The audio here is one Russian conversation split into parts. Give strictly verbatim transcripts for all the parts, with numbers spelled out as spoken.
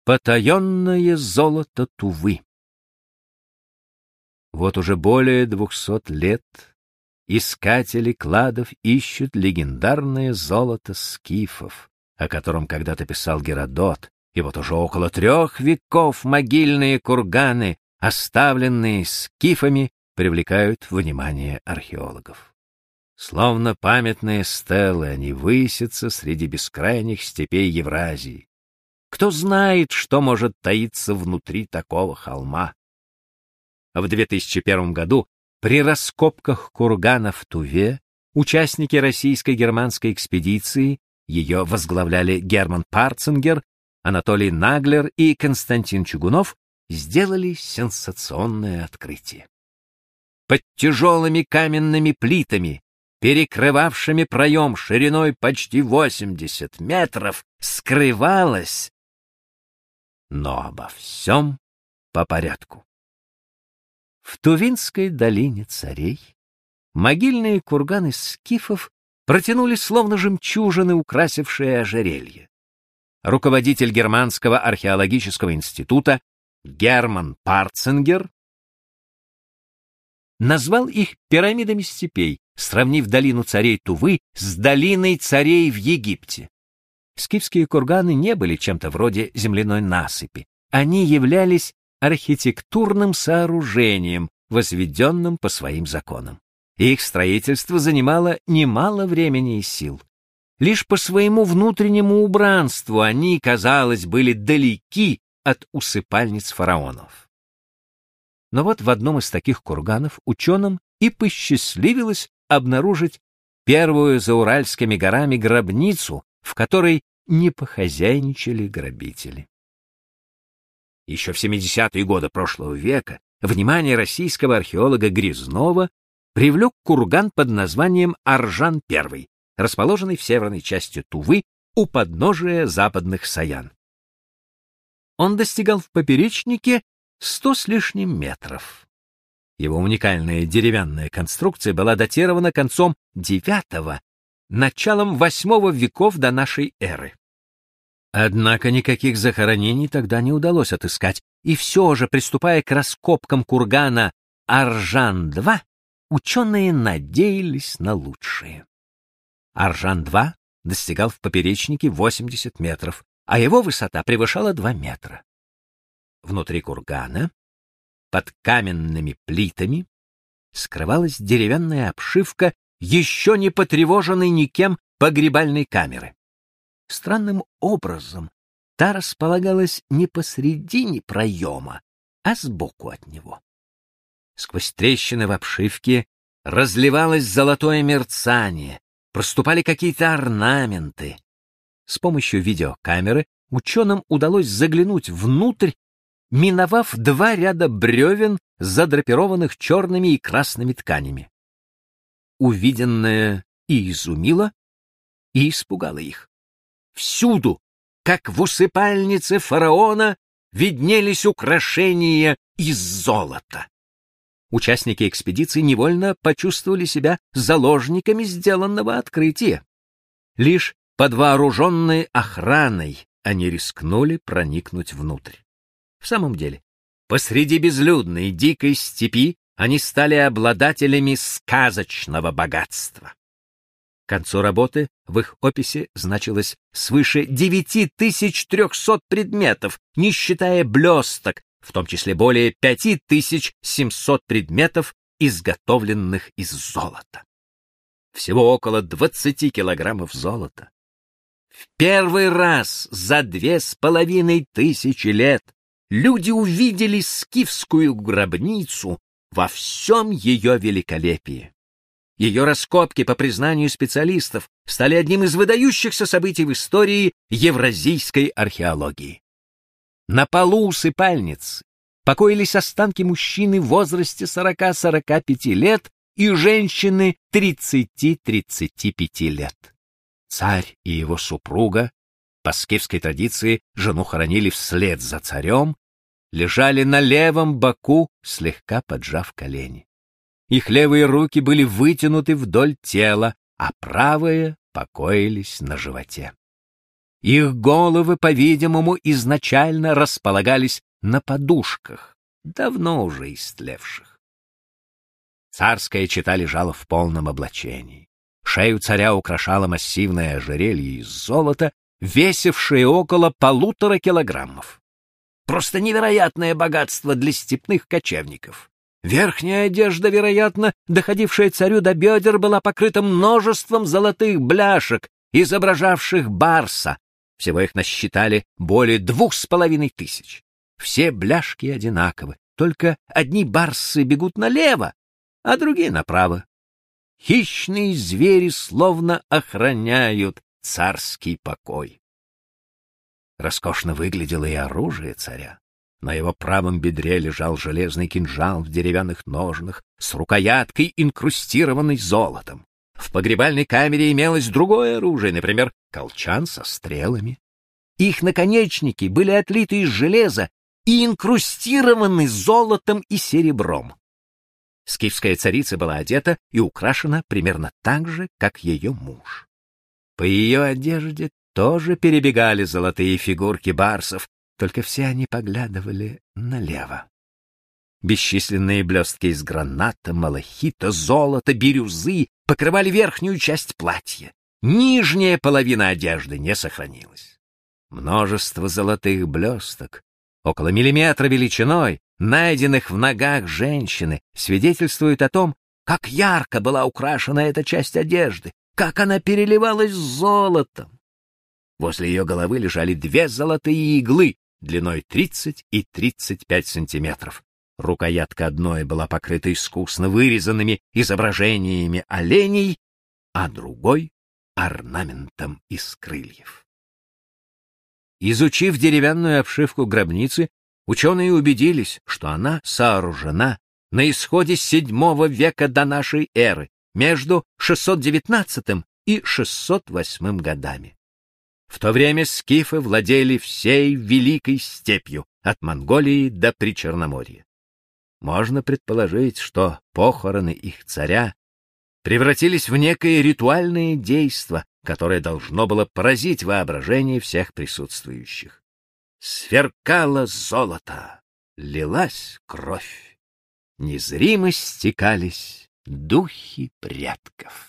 Потаенное золото Тувы. Вот уже более двухсот лет искатели кладов ищут легендарное золото скифов, о котором когда-то писал Геродот, и вот уже около трех веков могильные курганы, оставленные скифами, привлекают внимание археологов. Словно памятные стелы они высятся среди бескрайних степей Евразии. Кто знает, что может таиться внутри такого холма? В две тысячи первом году при раскопках кургана в Туве участники российско-германской экспедиции, ее возглавляли Герман Парцингер, Анатолий Наглер и Константин Чугунов, сделали сенсационное открытие. Под тяжелыми каменными плитами, перекрывавшими проем шириной почти восемьдесят метров, скрывалось... Но обо всем по порядку. В Тувинской долине царей могильные курганы скифов протянулись словно жемчужины, украсившие ожерелье. Руководитель Германского археологического института Герман Парцингер назвал их пирамидами степей, сравнив долину царей Тувы с долиной царей в Египте. Скифские курганы не были чем-то вроде земляной насыпи. Они являлись архитектурным сооружением, возведенным по своим законам. Их строительство занимало немало времени и сил. Лишь по своему внутреннему убранству они, казалось, были далеки от усыпальниц фараонов. Но вот в одном из таких курганов ученым и посчастливилось обнаружить первую за Уральскими горами гробницу, в которой не похозяйничали грабители. Еще в семидесятые годы прошлого века внимание российского археолога Грязнова привлек курган под названием Аржан I, расположенный в северной части Тувы у подножия западных Саян. Он достигал в поперечнике сто с лишним метров. Его уникальная деревянная конструкция была датирована концом девятого, началом восьмого веков до нашей эры. Однако никаких захоронений тогда не удалось отыскать, и все же, приступая к раскопкам кургана Аржан-два, ученые надеялись на лучшее. Аржан-два достигал в поперечнике восемьдесят метров, а его высота превышала два метра. Внутри кургана, под каменными плитами, скрывалась деревянная обшивка еще не потревоженной никем погребальной камеры. Странным образом та располагалась не посредине проема, а сбоку от него. Сквозь трещины в обшивке разливалось золотое мерцание, проступали какие-то орнаменты. С помощью видеокамеры ученым удалось заглянуть внутрь, миновав два ряда бревен, задрапированных черными и красными тканями. Увиденное и изумило, и испугало их. Всюду, как в усыпальнице фараона, виднелись украшения из золота. Участники экспедиции невольно почувствовали себя заложниками сделанного открытия. Лишь под вооруженной охраной они рискнули проникнуть внутрь. В самом деле, посреди безлюдной дикой степи они стали обладателями сказочного богатства. К концу работы в их описи значилось свыше девяти тысяч трехсот предметов, не считая блесток, в том числе более пяти тысяч семисот предметов, изготовленных из золота. Всего около двадцати килограммов золота. В первый раз за две с половиной тысячи лет люди увидели скифскую гробницу во всем ее великолепии. Ее раскопки, по признанию специалистов, стали одним из выдающихся событий в истории евразийской археологии. На полу усыпальниц покоились останки мужчины в возрасте сорока-сорока пяти лет и женщины тридцати-тридцати пяти лет. Царь и его супруга, по скифской традиции, жену хоронили вслед за царем, лежали на левом боку, слегка поджав колени. Их левые руки были вытянуты вдоль тела, а правые покоились на животе. Их головы, по-видимому, изначально располагались на подушках, давно уже истлевших. Царская чета лежала в полном облачении. Шею царя украшало массивное ожерелье из золота, весившее около полутора килограммов. Просто невероятное богатство для степных кочевников. Верхняя одежда, вероятно, доходившая царю до бедер, была покрыта множеством золотых бляшек, изображавших барса. Всего их насчитали более двух с половиной тысяч. Все бляшки одинаковы, только одни барсы бегут налево, а другие направо. Хищные звери словно охраняют царский покой. Роскошно выглядело и оружие царя. На его правом бедре лежал железный кинжал в деревянных ножнах с рукояткой, инкрустированной золотом. В погребальной камере имелось другое оружие, например, колчан со стрелами. Их наконечники были отлиты из железа и инкрустированы золотом и серебром. Скифская царица была одета и украшена примерно так же, как ее муж. По ее одежде тоже перебегали золотые фигурки барсов, только все они поглядывали налево. Бесчисленные блестки из граната, малахита, золота, бирюзы покрывали верхнюю часть платья. Нижняя половина одежды не сохранилась. Множество золотых блесток, около миллиметра величиной, найденных в ногах женщины, свидетельствует о том, как ярко была украшена эта часть одежды, как она переливалась золотом. Возле ее головы лежали две золотые иглы длиной тридцать и тридцать пять сантиметров. Рукоятка одной была покрыта искусно вырезанными изображениями оленей, а другой — орнаментом из крыльев. Изучив деревянную обшивку гробницы, ученые убедились, что она сооружена на исходе седьмого века до нашей эры, между шестьсот девятнадцатым и шестьсот восьмым годами. В то время скифы владели всей Великой степью, от Монголии до Причерноморья. Можно предположить, что похороны их царя превратились в некое ритуальное действо, которое должно было поразить воображение всех присутствующих. Сверкало золото, лилась кровь, незримо стекались духи предков.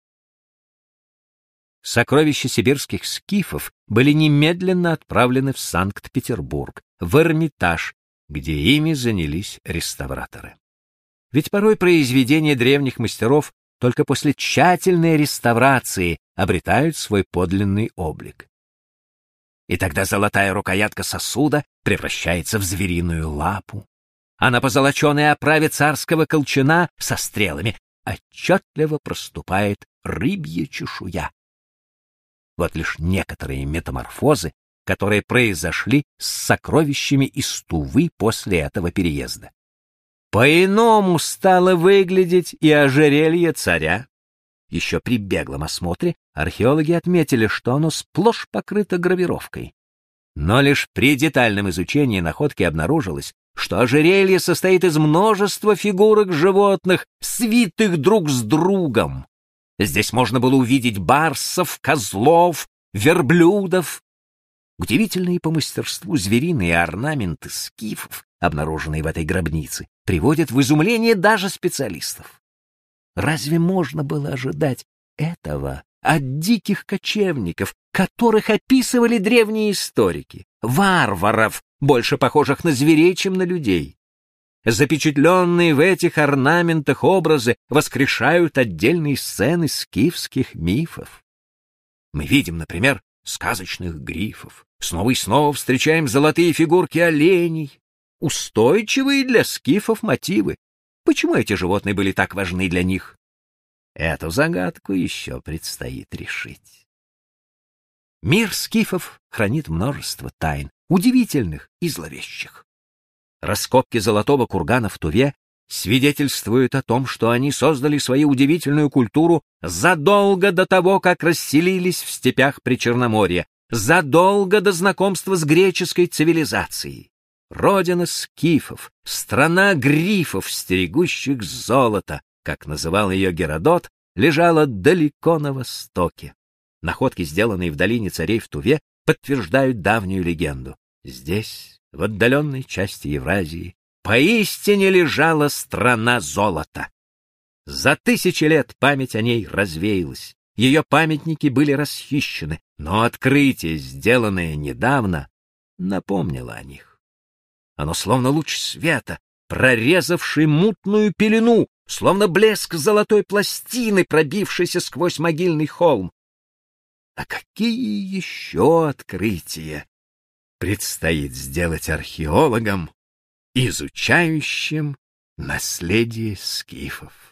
Сокровища сибирских скифов были немедленно отправлены в Санкт-Петербург, в Эрмитаж, где ими занялись реставраторы. Ведь порой произведения древних мастеров только после тщательной реставрации обретают свой подлинный облик. И тогда золотая рукоятка сосуда превращается в звериную лапу, а на позолоченной оправе царского колчана со стрелами отчетливо проступает рыбья чешуя. Вот лишь некоторые метаморфозы, которые произошли с сокровищами из Тувы после этого переезда. По-иному стало выглядеть и ожерелье царя. Еще при беглом осмотре археологи отметили, что оно сплошь покрыто гравировкой. Но лишь при детальном изучении находки обнаружилось, что ожерелье состоит из множества фигурок животных, свитых друг с другом. Здесь можно было увидеть барсов, козлов, верблюдов. Удивительные по мастерству звериные орнаменты скифов, обнаруженные в этой гробнице, приводят в изумление даже специалистов. Разве можно было ожидать этого от диких кочевников, которых описывали древние историки, варваров, больше похожих на зверей, чем на людей? Запечатленные в этих орнаментах образы воскрешают отдельные сцены скифских мифов. Мы видим, например, сказочных грифов, снова и снова встречаем золотые фигурки оленей, устойчивые для скифов мотивы. Почему эти животные были так важны для них? Эту загадку еще предстоит решить. Мир скифов хранит множество тайн, удивительных и зловещих. Раскопки золотого кургана в Туве свидетельствуют о том, что они создали свою удивительную культуру задолго до того, как расселились в степях Причерноморья, задолго до знакомства с греческой цивилизацией. Родина скифов, страна грифов, стерегущих золото, как называл ее Геродот, лежала далеко на востоке. Находки, сделанные в долине царей в Туве, подтверждают давнюю легенду. Здесь, в отдаленной части Евразии, поистине лежала страна золота. За тысячи лет память о ней развеялась, ее памятники были расхищены, но открытие, сделанное недавно, напомнило о них. Оно словно луч света, прорезавший мутную пелену, словно блеск золотой пластины, пробившейся сквозь могильный холм. А какие еще открытия предстоит сделать археологам, изучающим наследие скифов?